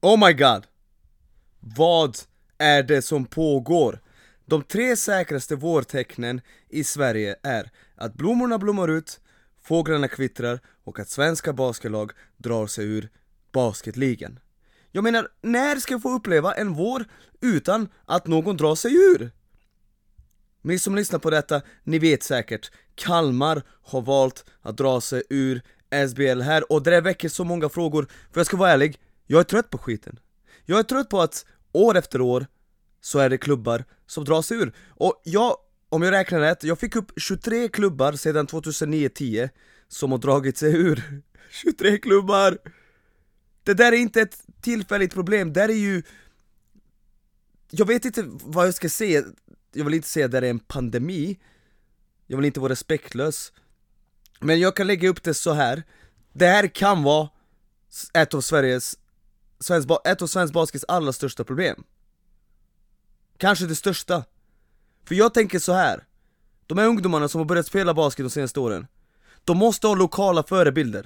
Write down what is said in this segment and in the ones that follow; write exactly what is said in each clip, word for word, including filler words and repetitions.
Oh my god. Vad är det som pågår? De tre säkraste vårtecknen i Sverige är att blommorna blommar ut, fåglarna kvittrar och att svenska basketlag drar sig ur basketligan. Jag menar, när ska jag få uppleva en vår utan att någon drar sig ur? Ni som lyssnar på detta, ni vet säkert, Kalmar har valt att dra sig ur S B L här, och det väcker så många frågor. För jag ska vara ärlig, jag är trött på skiten. Jag är trött på att år efter år så är det klubbar som drar sig ur. Och jag, om jag räknar rätt, jag fick upp tjugotre klubbar sedan tjugohundranio tio som har dragit sig ur. tjugotre klubbar! Det där är inte ett tillfälligt problem, det är ju... Jag vet inte vad jag ska säga. Jag vill inte säga att det är en pandemi. Jag vill inte vara respektlös. Men jag kan lägga upp det så här. Det här kan vara ett av Sveriges svensk, ett av svensk baskets allra största problem. Kanske det största. För jag tänker så här. De här ungdomarna som har börjat spela basket de senaste åren, de måste ha lokala förebilder.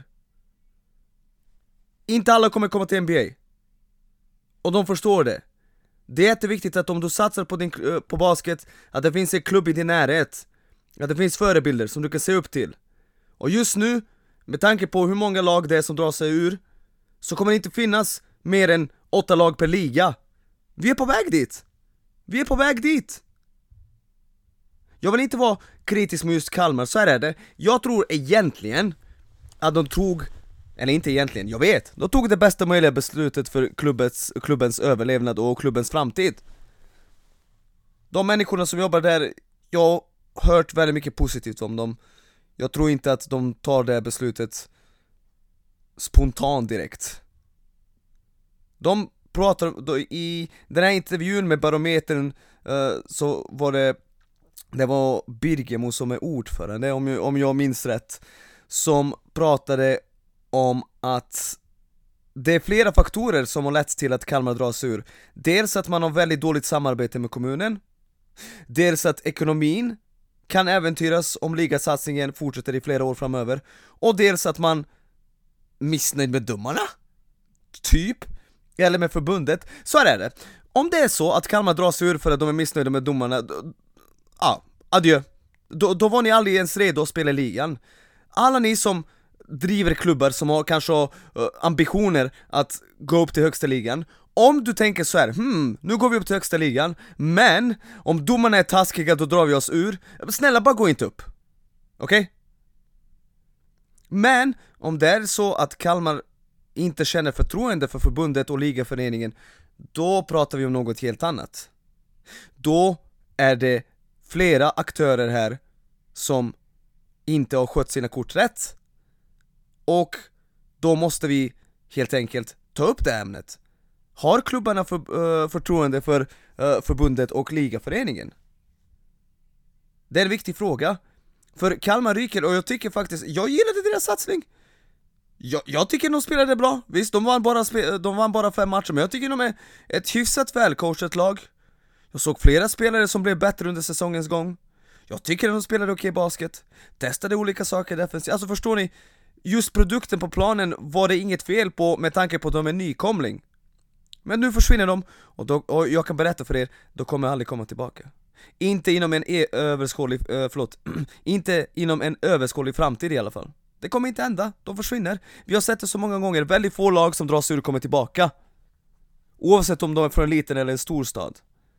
Inte alla kommer komma till N B A. Och de förstår det. Det är jätteviktigt att om du satsar på, din, på basket, att det finns en klubb i din närhet, att det finns förebilder som du kan se upp till. Och just nu, med tanke på hur många lag det är som drar sig ur, så kommer det inte finnas mer än åtta lag per liga. Vi är på väg dit. Vi är på väg dit. Jag vill inte vara kritisk med just Kalmar, så här är det. Jag tror egentligen att de tog, eller inte egentligen, jag vet, de tog det bästa möjliga beslutet för klubbens, klubbens överlevnad och klubbens framtid. De människorna som jobbar där, jag har hört väldigt mycket positivt om dem. Jag tror inte att de tar det beslutet spontant direkt. De pratar då, i den här intervjun med Barometern, uh, så var det det var Birgemo som är ordförande, om jag, om jag minns rätt, som pratade om att det är flera faktorer som har lett till att Kalmar dras ur. Dels att man har väldigt dåligt samarbete med kommunen. Dels att ekonomin kan äventyras om ligasatsningen fortsätter i flera år framöver. Och dels att man missnöjd med domarna, typ, eller med förbundet. Så är det. Om det är så att Kalmar dras ur för att de är missnöjda med domarna, då, ja, adjö. Då, då var ni aldrig ens redo att spela i ligan. Alla ni som driver klubbar som har kanske uh, ambitioner att gå upp till högsta ligan, om du tänker så här, hmm, nu går vi upp till högsta ligan, men om domarna är taskiga då drar vi oss ur. Snälla, bara gå inte upp. Okej? Okay? Men om det är så att Kalmar inte känner förtroende för förbundet och ligaföreningen, då pratar vi om något helt annat. Då är det flera aktörer här som inte har skött sina kort rätt. Och då måste vi helt enkelt ta upp det ämnet. Har klubbarna för, uh, förtroende för uh, förbundet och ligaföreningen? Det är en viktig fråga. För Kalmar ryker, och jag tycker faktiskt, jag gillade deras satsning. Jag, jag tycker de spelade bra. Visst, de vann, bara spe, de vann bara fem matcher, men jag tycker de är ett hyfsat välcoachat lag. Jag såg flera spelare som blev bättre under säsongens gång. Jag tycker att de spelade okej basket. Testade olika saker defensivt. Alltså förstår ni, just produkten på planen var det inget fel på med tanke på att de är nykomling. Men nu försvinner de, och, då, och jag kan berätta för er, då kommer jag aldrig komma tillbaka. Inte inom en e- överskådlig, äh, förlåt, inte inom en överskådlig framtid i alla fall. Det kommer inte hända, de försvinner. Vi har sett det så många gånger, väldigt få lag som dras ur kommer tillbaka. Oavsett om de är från en liten eller en stor stad.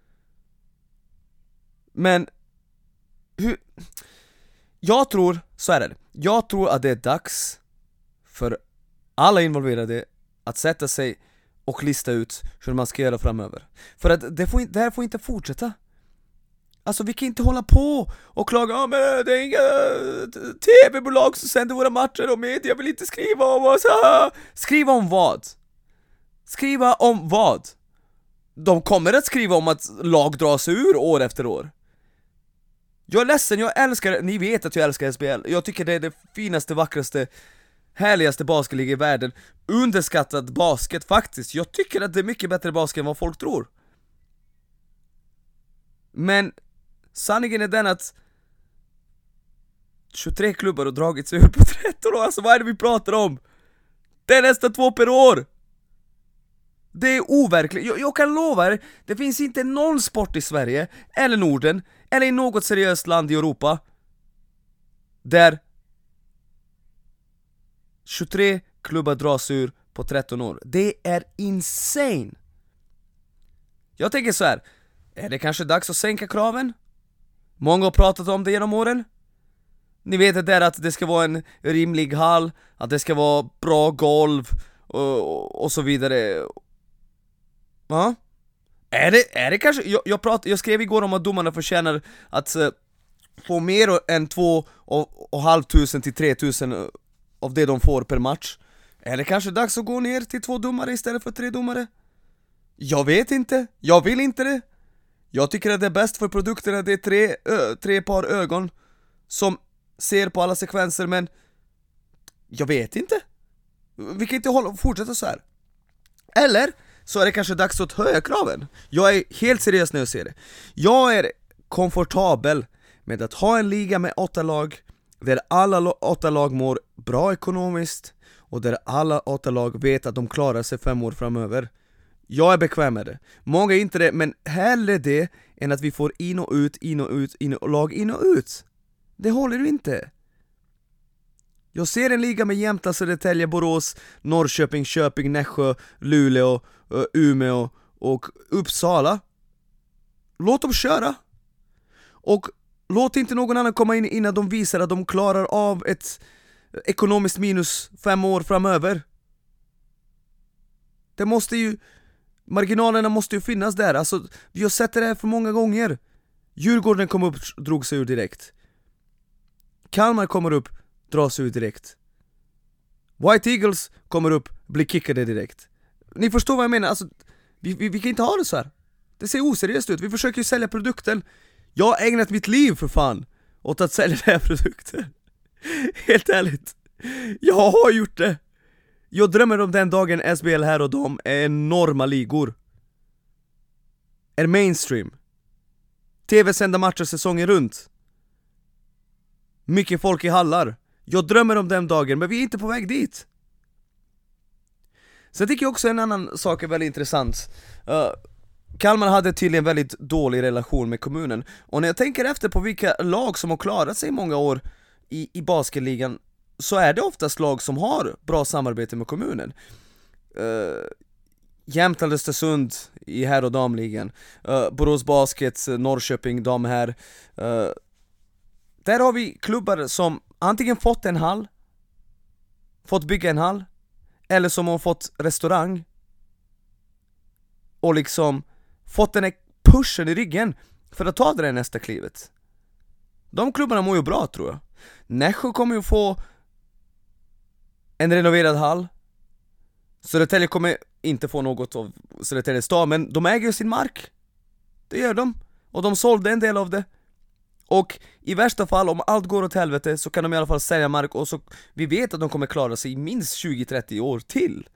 Men hur... Jag tror, så är det. Jag tror att det är dags för alla involverade att sätta sig och lista ut hur man ska göra framöver. För att det, får, det här får inte fortsätta. Alltså vi kan inte hålla på och klaga, ja, men det är inga tv-bolag som sänder våra matcher och media vill inte skriva om oss. Skriva om vad? Skriva om vad? De kommer att skriva om att lag drar sig ur år efter år. Jag är ledsen, jag älskar, ni vet att jag älskar S B L. Jag tycker det är det finaste, vackraste, härligaste basketliga i världen. Underskattad basket faktiskt. Jag tycker att det är mycket bättre basket än vad folk tror. Men sanningen är den att tjugotre klubbar har dragit sig ur på tretton år. Alltså vad är det vi pratar om? Det är nästan två per år. Det är overkligt. Jag, jag kan lova er, det finns inte någon sport i Sverige, eller Norden, eller i något seriöst land i Europa där tjugotre klubbar dras ur på tretton år. Det är insane. Jag tänker så här: är det kanske dags att sänka kraven? Många har pratat om det genom åren. Ni vet det där att det ska vara en rimlig hall, att det ska vara bra golv och, och så vidare. Ja? Är det, är det kanske... Jag, jag, prat, jag skrev igår om att domarna förtjänar att uh, få mer än två och, och halv tusen till tre tusen av det de får per match. Är det kanske dags att gå ner till två domare istället för tre domare? Jag vet inte, jag vill inte det. Jag tycker att det är bäst för produkterna, det är tre, ö, tre par ögon som ser på alla sekvenser, men jag vet inte. Vi kan inte hålla, fortsätta så här. Eller så är det kanske dags att höja kraven. Jag är helt seriös när jag ser det. Jag är komfortabel med att ha en liga med åtta lag där alla åtta lag mår bra ekonomiskt och där alla åtta lag vet att de klarar sig fem år framöver. Jag är bekväm med det. Många är inte det, men hellre det än att vi får in och ut, in och ut, in och lag in och ut. Det håller du inte. Jag ser en liga med Jämtland, Södertälje, Borås, Norrköping, Köping, Nässjö, Luleå, Umeå och Uppsala. Låt dem köra. Och låt inte någon annan komma in innan de visar att de klarar av ett ekonomiskt minus fem år framöver. Det måste ju... Marginalerna måste ju finnas där. Alltså, vi har sett det här för många gånger. Djurgården kom upp, drog sig ur direkt. Kalmar kommer upp, drar sig ur direkt. White Eagles kommer upp, blir kickade direkt. Ni förstår vad jag menar, alltså, vi, vi, vi kan inte ha det så här. Det ser oseriöst ut, vi försöker ju sälja produkten. Jag har ägnat mitt liv för fan åt att sälja den här produkten. Helt ärligt. Jag har gjort det. Jag drömmer om den dagen S B L här och de är enorma ligor. Är mainstream. Tv-sända matcher säsongen runt. Mycket folk i hallar. Jag drömmer om den dagen, men vi är inte på väg dit. Sen tycker jag också en annan sak är väldigt intressant. uh, Kalmar hade tydligen väldigt dålig relation med kommunen. Och när jag tänker efter på vilka lag som har klarat sig i många år i, i basketligan, så är det oftast lag som har bra samarbete med kommunen. uh, Jämtland, Östersund i herr- och damligan, uh, Borås Basket, Norrköping, dam här. uh, Där har vi klubbar som antingen fått en hall, fått bygga en hall, eller som har fått restaurang och liksom fått den här pushen i ryggen för att ta det där nästa klivet. De klubbarna mår ju bra, tror jag. Nässjö kommer ju få en renoverad hall. Södertälje kommer inte få något av Södertälje stad, men de äger ju sin mark. Det gör de. Och de sålde en del av det. Och i värsta fall, om allt går åt helvete, så kan de i alla fall sälja mark. Och så vi vet att de kommer klara sig i minst tjugo till trettio år till.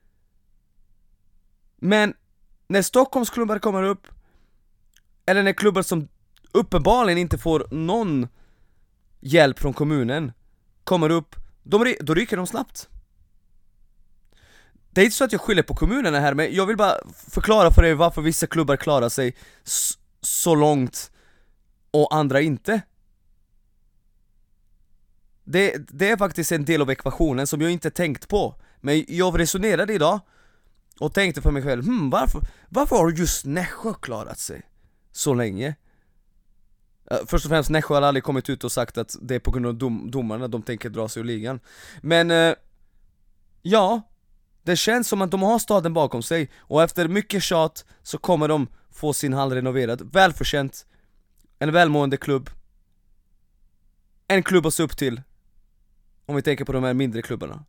Men när Stockholms klubbar kommer upp, eller när klubbar som uppenbarligen inte får någon hjälp från kommunen kommer upp, de, då ryker de snabbt. Det är inte så att jag skyller på kommunerna här, men jag vill bara förklara för er varför vissa klubbar klarar sig s- så långt och andra inte. Det, det är faktiskt en del av ekvationen som jag inte tänkt på. Men jag resonerade idag och tänkte för mig själv, hmm, varför, varför har just Nässjö klarat sig så länge? Först och främst, Nässjö har aldrig kommit ut och sagt att det är på grund av dom, domarna de tänker dra sig ur ligan. Men eh, ja, det känns som att de har staden bakom sig. Och efter mycket tjat så kommer de få sin hall renoverad. Välförtjänt. En välmående klubb. En klubb att se upp till, om vi tänker på de här mindre klubbarna.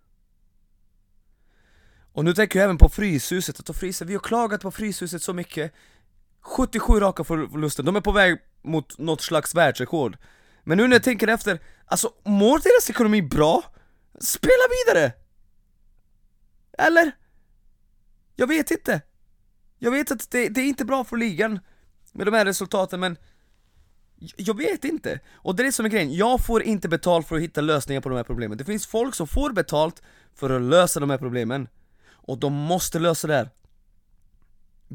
Och nu tänker jag även på Fryshuset. Att frysa. Vi har klagat på Fryshuset så mycket. sjuttiosju raka förluster. De är på väg mot något slags världsrekord. Men nu när jag tänker efter, alltså, mår deras ekonomi bra? Spela vidare! Eller? Jag vet inte. Jag vet att det, det är inte bra för ligan med de här resultaten, men jag vet inte. Och det är som är grejen, jag får inte betalt för att hitta lösningar på de här problemen. Det finns folk som får betalt för att lösa de här problemen, och de måste lösa det här.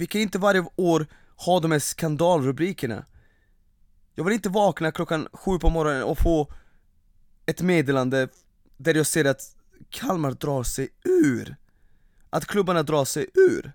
Vi kan inte varje år ha de här skandalrubrikerna. Jag vill inte vakna klockan sju på morgonen och få ett meddelande där jag ser att Kalmar drar sig ur. Att klubbarna drar sig ur.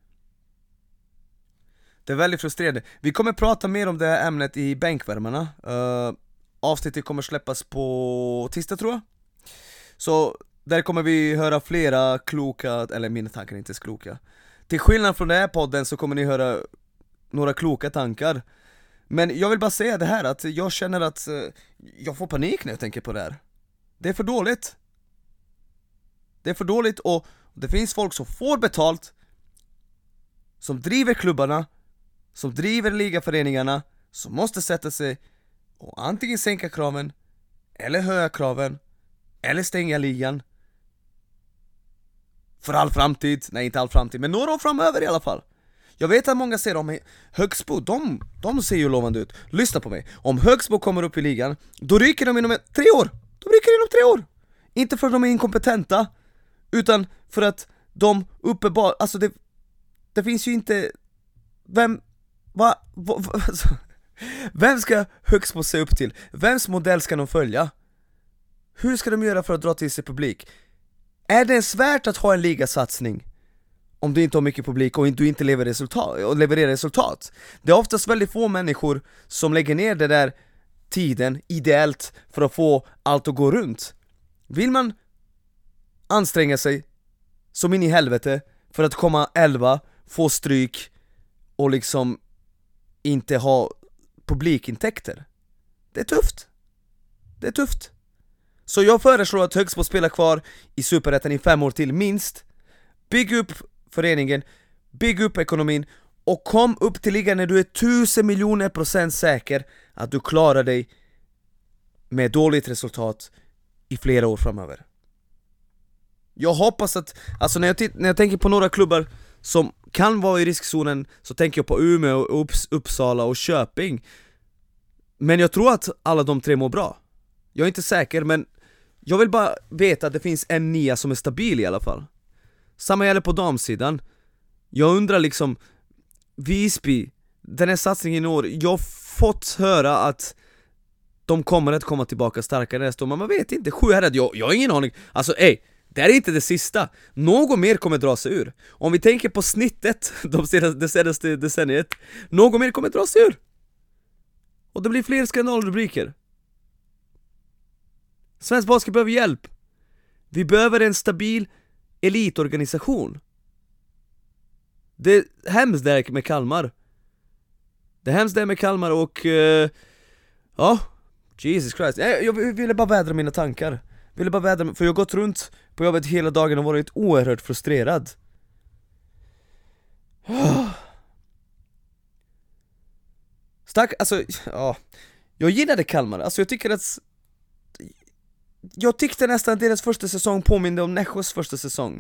Det är väldigt frustrerande. Vi kommer prata mer om det här ämnet i bänkvärmarna. uh, Avsnittet kommer släppas på tisdag tror jag. Så där kommer vi höra flera kloka, eller mina tankar är inte så kloka. Till skillnad från den här podden så kommer ni höra några kloka tankar. Men jag vill bara säga det här, att jag känner att uh, jag får panik när jag tänker på det här. Det är för dåligt. Det är för dåligt, och det finns folk som får betalt, som driver klubbarna, som driver ligaföreningarna, som måste sätta sig och antingen sänka kraven eller höja kraven eller stänga ligan för all framtid. Nej, inte all framtid, men några år framöver i alla fall. Jag vet att många säger om Högsbo, de, de ser ju lovande ut. Lyssna på mig, om Högsbo kommer upp i ligan, då ryker de inom tre år. De ryker inom tre år. Inte för att de är inkompetenta, utan för att de uppenbar, alltså det, det finns ju inte, vem, va, va, va alltså, vem ska Högsbo se upp till? Vems modell ska de följa? Hur ska de göra för att dra till sig publik? Är det svärt att ha en ligasatsning om du inte har mycket publik och du inte levererar resultat, och levererar resultat? Det är oftast väldigt få människor som lägger ner den där tiden ideellt för att få allt att gå runt. Vill man anstränga sig som in i helvete för att komma elva, få stryk och liksom inte ha publikintäkter, det är tufft. Det är tufft. Så jag föreslår att Högsbo spelar kvar i Superettan i fem år till minst. Bygg upp föreningen, bygg upp ekonomin och kom upp till ligan när du är tusen miljoner procent säker att du klarar dig med dåligt resultat i flera år framöver. Jag hoppas att, alltså när jag, t- när jag tänker på några klubbar som kan vara i riskzonen, så tänker jag på Umeå, Upps- Uppsala och Köping. Men jag tror att alla de tre mår bra. Jag är inte säker, men jag vill bara veta att det finns en nia som är stabil i alla fall. Samma gäller på damsidan. Jag undrar liksom, Visby, den här satsningen i år, jag har fått höra att de kommer att komma tillbaka starkare nästa år, men man vet inte. Sjuhärad, jag, jag har ingen aning. Alltså ey, det är inte det sista. Något mer kommer dra sig ur. Om vi tänker på snittet de senaste, det senaste decenniet, något mer kommer dra sig ur. Och det blir fler skandalrubriker. Svensk basket behöver hjälp. Vi behöver en stabil elitorganisation. Det är hemskt där med Kalmar. Det är hemskt där med Kalmar och uh, ja, Jesus Christ. Jag, jag ville bara vädra mina tankar. Ville bara vädra, för jag har gått runt på jobbet hela dagen och varit oerhört frustrerad. Stack, alltså, ja. Jag gillade Kalmar. Alltså jag tycker att jag tyckte nästan att deras första säsong påminde om Nässjös första säsong.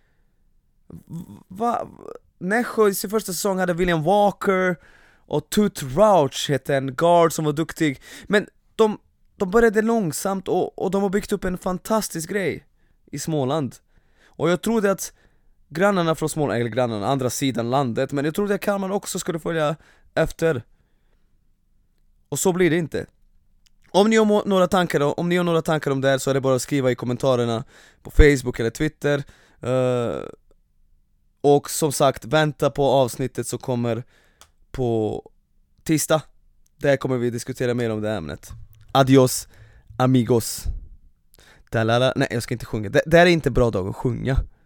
Va? Nässjö i sin första säsong hade William Walker och Tut Rauch hette en guard som var duktig. Men de, de började långsamt och, och de har byggt upp en fantastisk grej i Småland. Och jag trodde att grannarna från Småland, eller grannarna, andra sidan landet, men jag trodde att Kalmar också skulle följa efter. Och så blir det inte. Om ni har några tankar, om ni har några tankar om det här, så är det bara att skriva i kommentarerna på Facebook eller Twitter. Uh, och som sagt, vänta på avsnittet som kommer på tisdag. Där kommer vi diskutera mer om det ämnet. Adios, amigos. Dalala. Nej, jag ska inte sjunga. Det, det här är inte bra dag att sjunga.